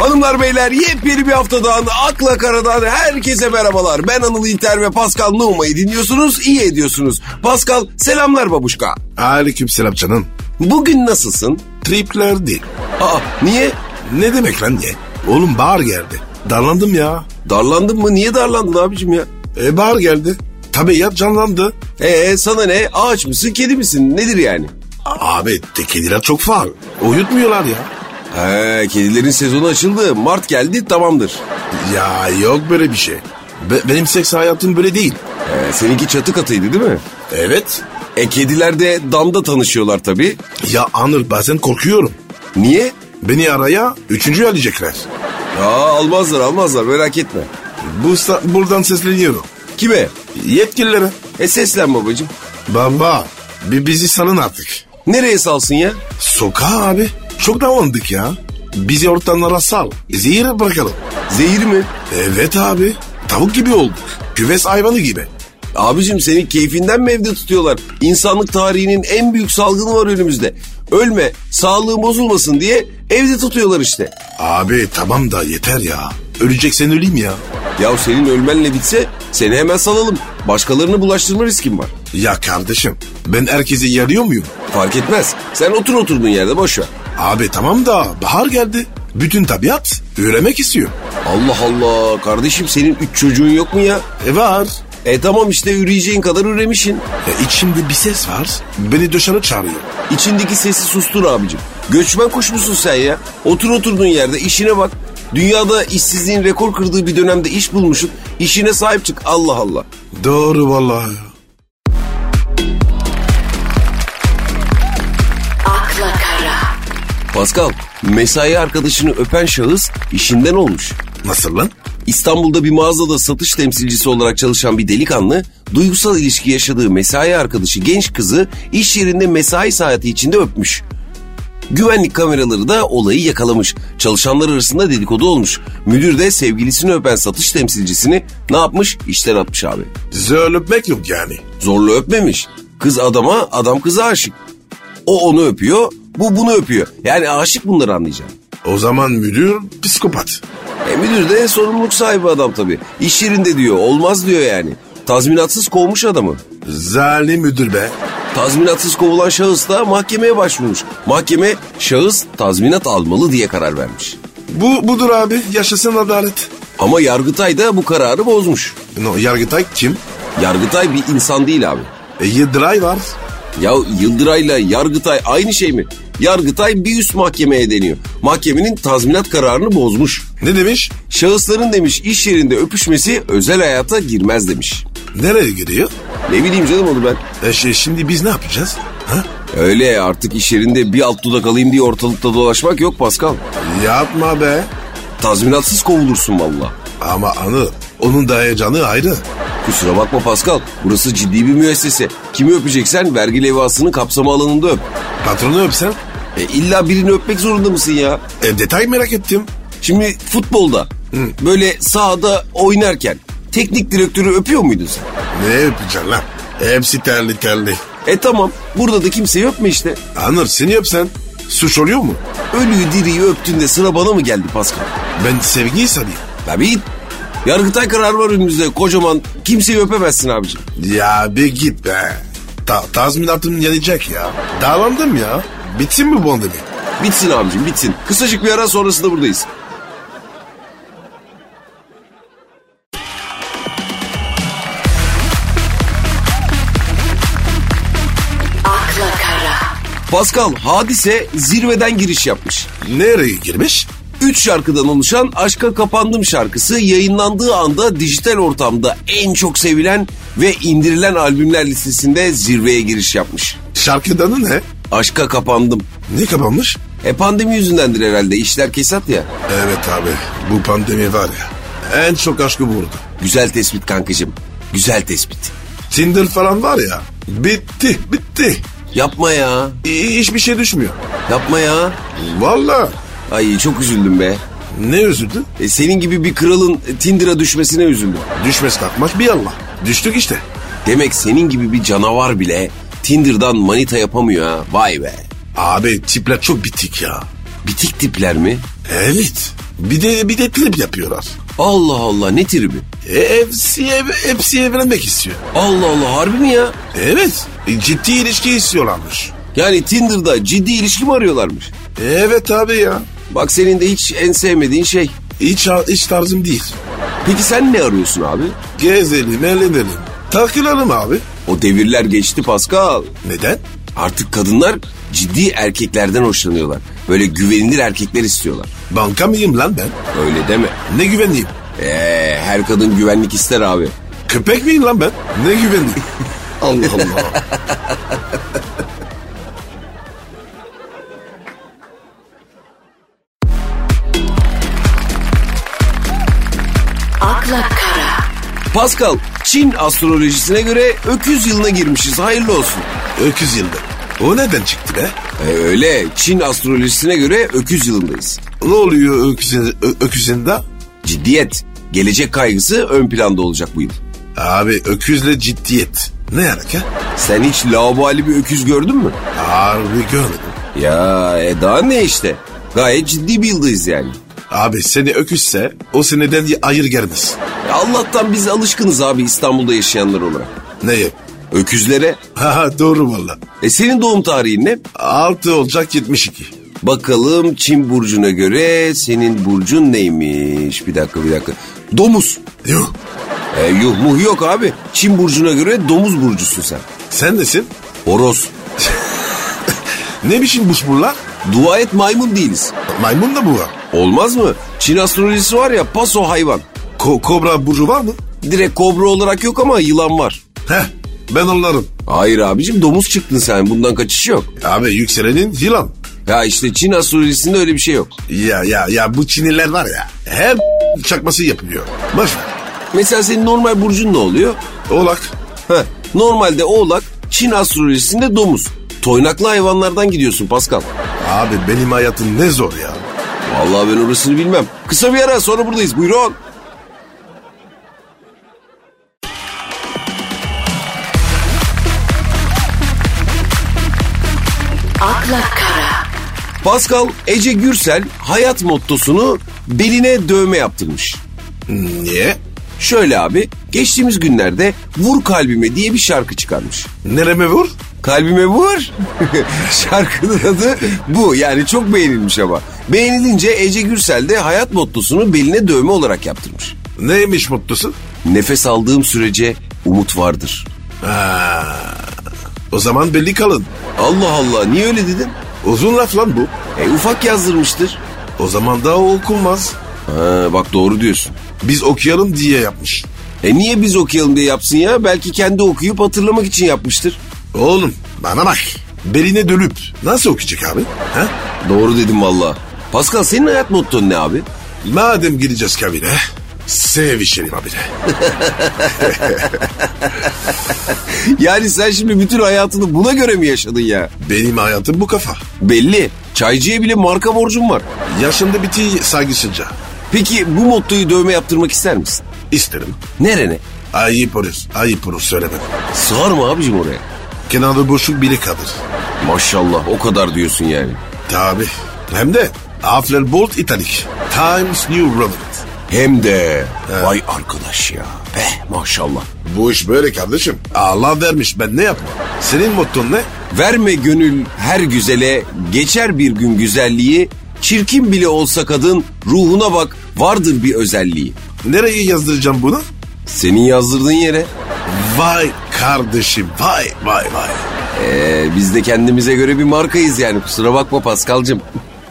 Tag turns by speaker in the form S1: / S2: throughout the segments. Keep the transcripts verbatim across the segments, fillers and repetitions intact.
S1: Hanımlar beyler, yepyeni bir haftadan Akla Karadan herkese merhabalar. Ben Anıl İlter ve Pascal Numa'yı dinliyorsunuz, iyi ediyorsunuz. Pascal, selamlar babuşka.
S2: Aleykümselam canım.
S1: Bugün nasılsın?
S2: Tripler değil.
S1: Aa, niye?
S2: Ne demek lan niye? Oğlum bahar geldi. Darlandım ya.
S1: Darlandın mı? Niye darlandın abicim ya?
S2: E bahar geldi. Tabiat canlandı.
S1: Ee sana ne? Ağaç mısın, kedi misin? Nedir yani?
S2: Abi de kediler çok faal. Uyutmuyorlar ya.
S1: He, kedilerin sezonu açıldı. Mart geldi, tamamdır.
S2: Ya yok böyle bir şey. Be- benim seks hayatım böyle değil.
S1: Ee, seninki çatı katıydı değil mi?
S2: Evet.
S1: E kediler de damda tanışıyorlar tabii.
S2: Ya Anıl, bazen korkuyorum.
S1: Niye?
S2: Beni araya üçüncü alacaklar.
S1: Ya almazlar almazlar, merak etme.
S2: Bu buradan sesleniyorum.
S1: Kime?
S2: Yetkililere.
S1: E seslen babacığım.
S2: Baba bir bizi salın artık.
S1: Nereye salsın ya?
S2: Sokağa abi. Çok davandık ya. Bizi ortamlara sal. Zehir bırakalım.
S1: Zehir mi?
S2: Evet abi. Tavuk gibi olduk. Küves hayvanı gibi.
S1: Abicim senin keyfinden mi evde tutuyorlar? İnsanlık tarihinin en büyük salgını var önümüzde. Ölme, sağlığın bozulmasın diye evde tutuyorlar işte.
S2: Abi tamam da yeter ya. Öleceksen öleyim ya.
S1: Ya senin ölmenle bitse seni hemen salalım. Başkalarını bulaştırma riskin var.
S2: Ya kardeşim, ben herkese yarıyor muyum?
S1: Fark etmez. Sen otur oturduğun yerde, boş ver.
S2: Abi tamam da bahar geldi. Bütün tabiat üremek istiyor.
S1: Allah Allah kardeşim, senin üç çocuğun yok mu ya?
S2: E var.
S1: E tamam işte, üreyeceğin kadar üremişsin.
S2: E içimde bir ses var. Beni dışarı çağırıyor.
S1: İçindeki sesi sustur abicim. Göçmen kuş musun sen ya? Otur oturduğun yerde, işine bak. Dünyada işsizliğin rekor kırdığı bir dönemde iş bulmuşsun. İşine sahip çık. Allah Allah.
S2: Doğru vallahi.
S3: Akla Kara.
S1: Pascal, mesai arkadaşını öpen şahıs işinden olmuş.
S2: Nasıl lan?
S1: İstanbul'da bir mağazada satış temsilcisi olarak çalışan bir delikanlı, duygusal ilişki yaşadığı mesai arkadaşı genç kızı iş yerinde mesai saati içinde öpmüş. Güvenlik kameraları da olayı yakalamış. Çalışanlar arasında dedikodu olmuş. Müdür de sevgilisini öpen satış temsilcisini ne yapmış? İşten atmış abi.
S2: Zor öpmek yok yani.
S1: Zorla öpmemiş. Kız adama, adam kıza aşık. O onu öpüyor, bu bunu öpüyor. Yani aşık, bunları anlayacağım.
S2: O zaman müdür psikopat.
S1: E müdür de sorumluluk sahibi adam tabii. İş yerinde diyor, olmaz diyor yani. Tazminatsız kovmuş adamı.
S2: Zalim müdür be.
S1: Tazminatsız kovulan şahıs da mahkemeye başvurmuş. Mahkeme şahıs tazminat almalı diye karar vermiş.
S2: Bu budur abi, yaşasın adalet.
S1: Ama Yargıtay da bu kararı bozmuş.
S2: No, Yargıtay kim?
S1: Yargıtay bir insan değil abi.
S2: E, Yıldıray var.
S1: Ya Yıldıray'la Yargıtay aynı şey mi? Yargıtay bir üst mahkemeye deniyor. Mahkemenin tazminat kararını bozmuş.
S2: Ne demiş?
S1: Şahısların demiş iş yerinde öpüşmesi özel hayata girmez demiş.
S2: Nereye gidiyor?
S1: Ne bileyim canım onu ben.
S2: E şey, şimdi biz ne yapacağız? Ha?
S1: Öyle artık iş yerinde bir alt dudak alayım diye ortalıkta dolaşmak yok Pascal.
S2: Yapma be.
S1: Tazminatsız kovulursun valla.
S2: Ama Anıl, onun da heyecanı ayrı.
S1: Kusura bakma Pascal, burası ciddi bir müessese. Kimi öpeceksen vergi levhasının kapsama alanında öp.
S2: Patronu öpsen?
S1: E illa birini öpmek zorunda mısın ya?
S2: E, detay merak ettim.
S1: Şimdi futbolda Hı. böyle sahada oynarken teknik direktörü öpüyor muydun sen?
S2: Ne öpeceksin lan? Hepsi terli terli.
S1: E tamam, burada da kimseyi öpme işte.
S2: Anıl, seni öpsen suç oluyor mu?
S1: Ölüyü diriyi öptüğünde sıra bana mı geldi Pascal?
S2: Ben sevgiyi sanayım.
S1: Tabii. Yargıtay kararı var önümüzde kocaman, kimseyi öpemezsin abicim.
S2: Ya bir git be. Ta tazminatım yanacak ya. Dağlandım ya. Bitsin mi bu pandemi?
S1: Bitsin abicim, bitsin. Kısacık bir ara, sonrasında buradayız.
S3: Akla Kara.
S1: Pascal, Hadise zirveden giriş yapmış.
S2: Nereye girmiş?
S1: Üç şarkıdan oluşan Aşka Kapandım şarkısı yayınlandığı anda dijital ortamda en çok sevilen ve indirilen albümler listesinde zirveye giriş yapmış.
S2: Şarkının adı ne?
S1: Aşka Kapandım.
S2: Ne kapanmış?
S1: E pandemi yüzündendir herhalde, işler kesat ya.
S2: Evet abi, bu pandemi var ya, en çok aşkı vurdu.
S1: Güzel tespit kankacığım, güzel tespit.
S2: Tinder falan var ya, bitti bitti.
S1: Yapma ya.
S2: Hiçbir şey düşmüyor.
S1: Yapma ya.
S2: Vallahi.
S1: Ay çok üzüldüm be.
S2: Ne üzüldün?
S1: E, senin gibi bir kralın Tinder'a düşmesine üzüldüm.
S2: Düşmez kalkmaz bir Allah. Düştük işte.
S1: Demek senin gibi bir canavar bile Tinder'dan manita yapamıyor ha. Vay be.
S2: Abi tipler çok bitik ya.
S1: Bitik tipler mi?
S2: Evet. Bir de bir de trip yapıyorlar.
S1: Allah Allah, ne tribi?
S2: E, hepsi, ev- hepsi evlenmek istiyor.
S1: Allah Allah, harbi mi ya?
S2: Evet. E, ciddi ilişki istiyorlarmış.
S1: Yani Tinder'da ciddi ilişki mi arıyorlarmış?
S2: Evet abi ya.
S1: Bak senin de hiç en sevmediğin şey.
S2: Hiç, hiç tarzım değil.
S1: Peki sen ne arıyorsun abi?
S2: Gezelim, eğlenelim. Takılalım abi.
S1: O devirler geçti Pascal.
S2: Neden?
S1: Artık kadınlar ciddi erkeklerden hoşlanıyorlar. Böyle güvenilir erkekler istiyorlar.
S2: Banka mıyım lan ben?
S1: Öyle deme.
S2: Ne güvenliyim?
S1: Ee, her kadın güvenlik ister abi.
S2: Köpek miyim lan ben? Ne güvenliyim? Allah Allah.
S3: akla kara,
S1: Pascal, Çin astrolojisine göre öküz yılına girmişiz. Hayırlı olsun.
S2: Öküz yılda. O neden çıktı be?
S1: Ee, öyle. Çin astrolojisine göre öküz yılındayız.
S2: Ne oluyor öküzün, ö- öküzünde?
S1: Ciddiyet, gelecek kaygısı ön planda olacak bu yıl.
S2: Abi öküzle ciddiyet. Ne yarak ha?
S1: Sen hiç laubali bir öküz gördün mü?
S2: Harbi görmedim.
S1: Ya e daha ne işte? Gayet ciddi bir yıldayız yani.
S2: Abi seni öküzse o seneden ayır gelmez.
S1: Ya Allah'tan biz alışkınız abi İstanbul'da yaşayanlar olarak.
S2: Neye?
S1: Öküzlere.
S2: Ha doğru valla.
S1: E senin doğum tarihin ne?
S2: Altı olacak yetmiş iki.
S1: Bakalım Çin burcuna göre senin burcun neymiş? Bir dakika bir dakika. Domuz.
S2: Yuh.
S1: E, yuh muh yok abi. Çin burcuna göre domuz burcusun sen.
S2: Sen nesin?
S1: Horoz.
S2: Ne biçim busburlar?
S1: Dua et maymun değiliz.
S2: Maymun da bu var.
S1: Olmaz mı? Çin astrolojisi var ya, paso hayvan.
S2: Ko- kobra burcu var mı?
S1: Direkt kobra olarak yok ama yılan var.
S2: Heh ben onlarım.
S1: Hayır abicim, domuz çıktın sen, bundan kaçış yok.
S2: Abi yükselenin yılan.
S1: Ya işte Çin astrolojisinde öyle bir şey yok.
S2: Ya ya ya bu Çinliler var ya. Her çakması yapıyor. Boş ver.
S1: Mesela senin normal burcun ne oluyor?
S2: Oğlak.
S1: Heh, normalde oğlak, Çin astrolojisinde domuz. Toynaklı hayvanlardan gidiyorsun Pascal.
S2: Abi benim hayatım ne zor ya.
S1: Vallahi ben orasını bilmem. Kısa bir ara, sonra buradayız. Buyurun.
S3: akla kara,
S1: Pascal, Ece Gürsel hayat mottosunu beline dövme yaptırmış.
S2: Niye?
S1: Şöyle abi, geçtiğimiz günlerde Vur Kalbime diye bir şarkı çıkarmış.
S2: Nereme vur?
S1: Kalbime vur. Şarkının adı bu. Yani çok beğenilmiş ama. Beğenilince Ece Gürsel de hayat mottosunu beline dövme olarak yaptırmış.
S2: Neymiş mutlusu?
S1: Nefes aldığım sürece umut vardır.
S2: Ha, o zaman belli kalın.
S1: Allah Allah, niye öyle dedin?
S2: Uzun laf lan bu.
S1: E ufak yazdırmıştır.
S2: O zaman daha okunmaz.
S1: Ha, bak doğru diyorsun.
S2: Biz okuyalım diye yapmış.
S1: E niye biz okuyalım diye yapsın ya? Belki kendi okuyup hatırlamak için yapmıştır.
S2: Oğlum bana bak. Beline dönüp nasıl okuyacak abi? Ha?
S1: Doğru dedim valla. Pascal, senin hayat motton ne abi?
S2: Madem gideceğiz kabine, sevişelim abi de.
S1: Yani sen şimdi bütün hayatını buna göre mi yaşadın ya?
S2: Benim hayatım bu kafa.
S1: Belli. Çaycıya bile marka borcum var.
S2: Yaşında biti saygısızca.
S1: Peki bu mottoyu dövme yaptırmak ister misin?
S2: İsterim.
S1: Nerene?
S2: Ayıp olur, ayıp olur söylemem.
S1: Sığar mı abicim oraya?
S2: Kenarda boşluk biri kalır.
S1: Maşallah, o kadar diyorsun yani.
S2: Tabi. Hem de Afler Bold italik. Times New Roman.
S1: Hem de vay arkadaş ya. Be maşallah.
S2: Bu iş böyle kardeşim. Allah vermiş, ben ne yapmam? Senin motton ne?
S1: Verme gönül her güzele, geçer bir gün güzelliği. Çirkin bile olsa kadın, ruhuna bak, vardır bir özelliği.
S2: Nereye yazdıracağım bunu?
S1: Senin yazdırdığın yere.
S2: Vay kardeşim, vay vay vay.
S1: Ee, biz de kendimize göre bir markayız yani, kusura bakma Pascal'cığım.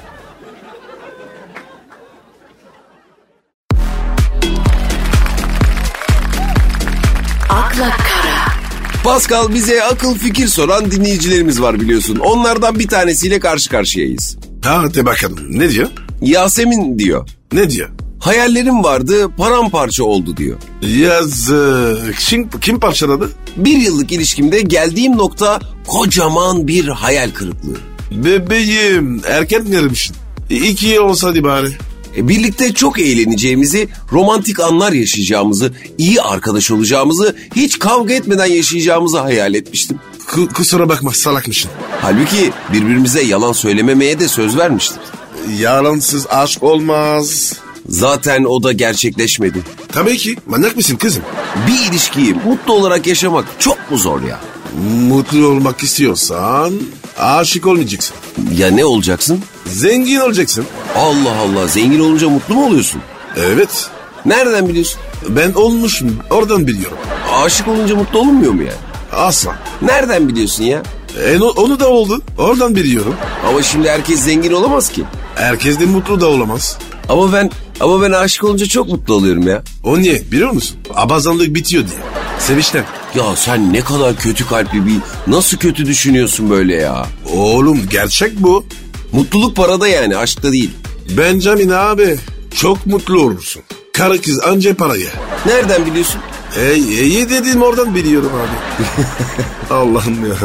S3: akla kara,
S1: Pascal, bize akıl fikir soran dinleyicilerimiz var biliyorsun. Onlardan bir tanesiyle karşı karşıyayız.
S2: Ha de bakalım, ne diyor?
S1: Yasemin diyor.
S2: Ne diyor?
S1: Hayallerim vardı, paramparça oldu diyor.
S2: Yazık. Kim, kim parçaladı?
S1: Bir yıllık ilişkimde geldiğim nokta kocaman bir hayal kırıklığı.
S2: Bebeğim, erken gelmişsin. İki yıl olsaydı bari.
S1: E, birlikte çok eğleneceğimizi, romantik anlar yaşayacağımızı, iyi arkadaş olacağımızı, hiç kavga etmeden yaşayacağımızı hayal etmiştim.
S2: K- kusura bakma, salakmışsın.
S1: Halbuki birbirimize yalan söylememeye de söz vermiştik.
S2: Yalansız aşk olmaz.
S1: Zaten o da gerçekleşmedi.
S2: Tabii ki. Manyak mısın kızım?
S1: Bir ilişkiyi mutlu olarak yaşamak çok mu zor ya?
S2: Mutlu olmak istiyorsan aşık olmayacaksın.
S1: Ya ne olacaksın?
S2: Zengin olacaksın.
S1: Allah Allah, zengin olunca mutlu mu oluyorsun?
S2: Evet.
S1: Nereden biliyorsun?
S2: Ben olmuşum. Oradan biliyorum.
S1: Aşık olunca mutlu olunmuyor mu yani?
S2: Asla.
S1: Nereden biliyorsun ya?
S2: E, onu da oldu. Oradan biliyorum.
S1: Ama şimdi herkes zengin olamaz ki.
S2: Herkes de mutlu da olamaz.
S1: Ama ben ama ben aşık olunca çok mutlu oluyorum ya.
S2: O niye biliyor musun? Abazanlık bitiyor diye. Sevinçten.
S1: Ya sen ne kadar kötü kalpli bir... Nasıl kötü düşünüyorsun böyle ya?
S2: Oğlum gerçek bu.
S1: Mutluluk parada yani, aşkta değil.
S2: Benjamin abi çok mutlu olursun. Karı kız anca paraya.
S1: Nereden biliyorsun?
S2: E, iyi dedim oradan biliyorum abi. Allah'ım ya.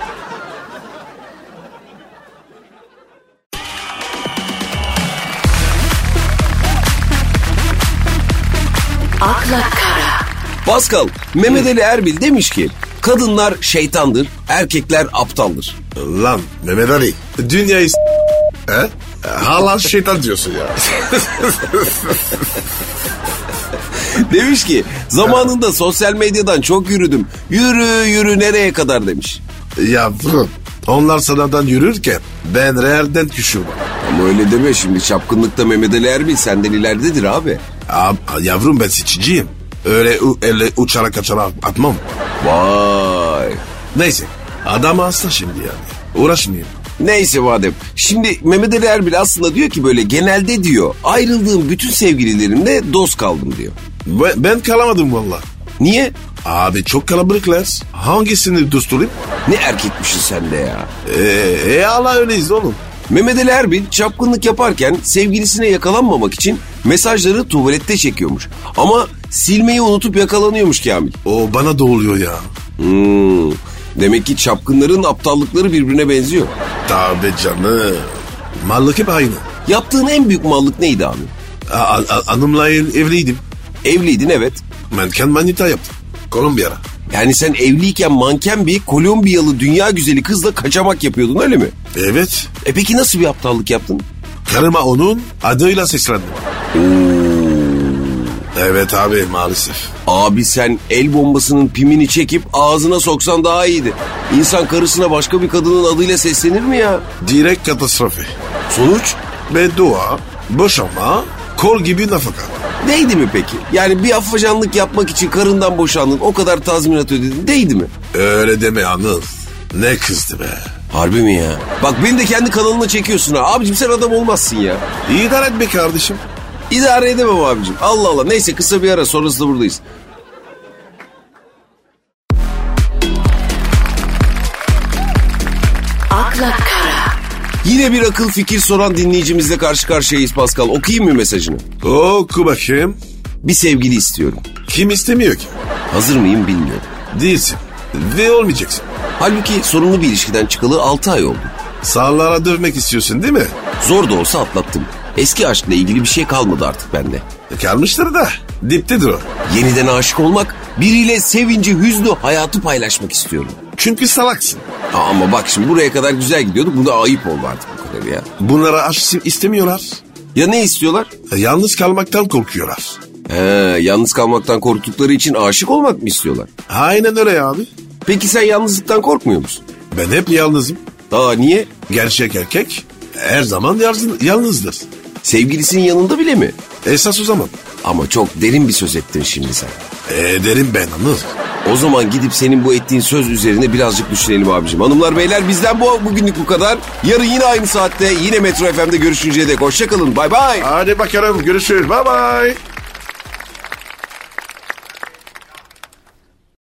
S3: Akla Kara.
S1: Pascal, Mehmet Ali Erbil demiş ki kadınlar şeytandır, erkekler aptaldır.
S2: Lan Mehmet Ali dünyayı s- He? Hala şeytan diyorsun ya.
S1: Demiş ki zamanında sosyal medyadan çok yürüdüm. Yürü yürü nereye kadar demiş.
S2: Yavrum onlar sanadan yürürken ben reerden küçüğüm.
S1: Ama öyle deme şimdi, çapkınlıkta Mehmet Ali Erbil senden ileridedir abi.
S2: Ab, yavrum ben seçiciyim. Öyle u, elle uçarak kaçarak atmam.
S1: Vay.
S2: Neyse adam hasta şimdi yani. Uğraşmayayım.
S1: Neyse madem. Şimdi Mehmet Ali Erbil aslında diyor ki böyle genelde diyor ayrıldığım bütün sevgililerimle dost kaldım diyor.
S2: Ben, ben kalamadım valla.
S1: Niye?
S2: Abi çok kalabalıklar. Hangisini dost olayım?
S1: Ne erkekmişsin sen de ya.
S2: Eee e, hala öyleyiz oğlum.
S1: Mehmet Ali Erbil çapkınlık yaparken sevgilisine yakalanmamak için mesajları tuvalette çekiyormuş. Ama silmeyi unutup yakalanıyormuş Kamil.
S2: O bana da oluyor ya.
S1: Hmm. Demek ki çapkınların aptallıkları birbirine benziyor.
S2: Tabii canım. Mallık hep aynı.
S1: Yaptığın en büyük mallık neydi abi?
S2: A, a, a, hanımla ev, evliydim.
S1: Evliydin evet.
S2: Manken manita yaptım. Kolombiya'da.
S1: Yani sen evliyken manken bir Kolombiyalı dünya güzeli kızla kaçamak yapıyordun öyle mi?
S2: Evet.
S1: E peki nasıl bir aptallık yaptın?
S2: Karıma onun adıyla seslendim. Evet abi maalesef.
S1: Abi sen el bombasının pimini çekip ağzına soksan daha iyiydi. İnsan karısına başka bir kadının adıyla seslenir mi ya?
S2: Direkt katastrofe.
S1: Sonuç?
S2: Beddua, boşanma, kol gibi nafaka.
S1: Değdi mi peki? Yani bir afacanlık yapmak için karından boşandın, o kadar tazminat ödedin, değdi mi?
S2: Öyle deme Anıl. Ne kızdı be.
S1: Harbi mi ya? Bak beni de kendi kanalına çekiyorsun ha. Abicim sen adam olmazsın ya.
S2: İdare et be kardeşim.
S1: İdare edemem abicim. Allah Allah. Neyse kısa bir ara, sonrasında buradayız.
S3: Akla Kara.
S1: Yine bir akıl fikir soran dinleyicimizle karşı karşıyayız Pascal. Okuyayım mı mesajını?
S2: Oku bakayım.
S1: Bir sevgili istiyorum.
S2: Kim istemiyor ki?
S1: Hazır mıyım bilmiyorum.
S2: Değilsin. Ve olmayacaksın.
S1: Halbuki sorunlu bir ilişkiden çıkalı altı ay oldu.
S2: Sağlara dövmek istiyorsun değil mi?
S1: Zor da olsa atlattım. Eski aşkla ilgili bir şey kalmadı artık bende.
S2: E kalmıştır da. Diptedir o.
S1: Yeniden aşık olmak, biriyle sevinci, hüznü, hayatı paylaşmak istiyorum.
S2: Çünkü salaksın.
S1: Aa, ama bak şimdi buraya kadar güzel gidiyorduk. Bu da ayıp oldu artık bu kadar ya.
S2: Bunlara aşk istemiyorlar.
S1: Ya ne istiyorlar?
S2: E, yalnız kalmaktan korkuyorlar.
S1: He, yalnız kalmaktan korktukları için aşık olmak mı istiyorlar?
S2: Aynen öyle abi.
S1: Peki sen yalnızlıktan korkmuyor musun?
S2: Ben hep yalnızım.
S1: Aa niye?
S2: Gerçek erkek her zaman yalnız, yalnızdır.
S1: Sevgilisinin yanında bile mi?
S2: Esas o zaman.
S1: Ama çok derin bir söz ettin şimdi sen.
S2: E derim ben Anıl.
S1: O zaman gidip senin bu ettiğin söz üzerine birazcık düşünelim abicim. Hanımlar beyler bizden bu bugünlük bu kadar. Yarın yine aynı saatte yine Metro F M'de görüşünceye dek hoşçakalın. Bay bay.
S2: Hadi bakalım görüşürüz. Bye bye.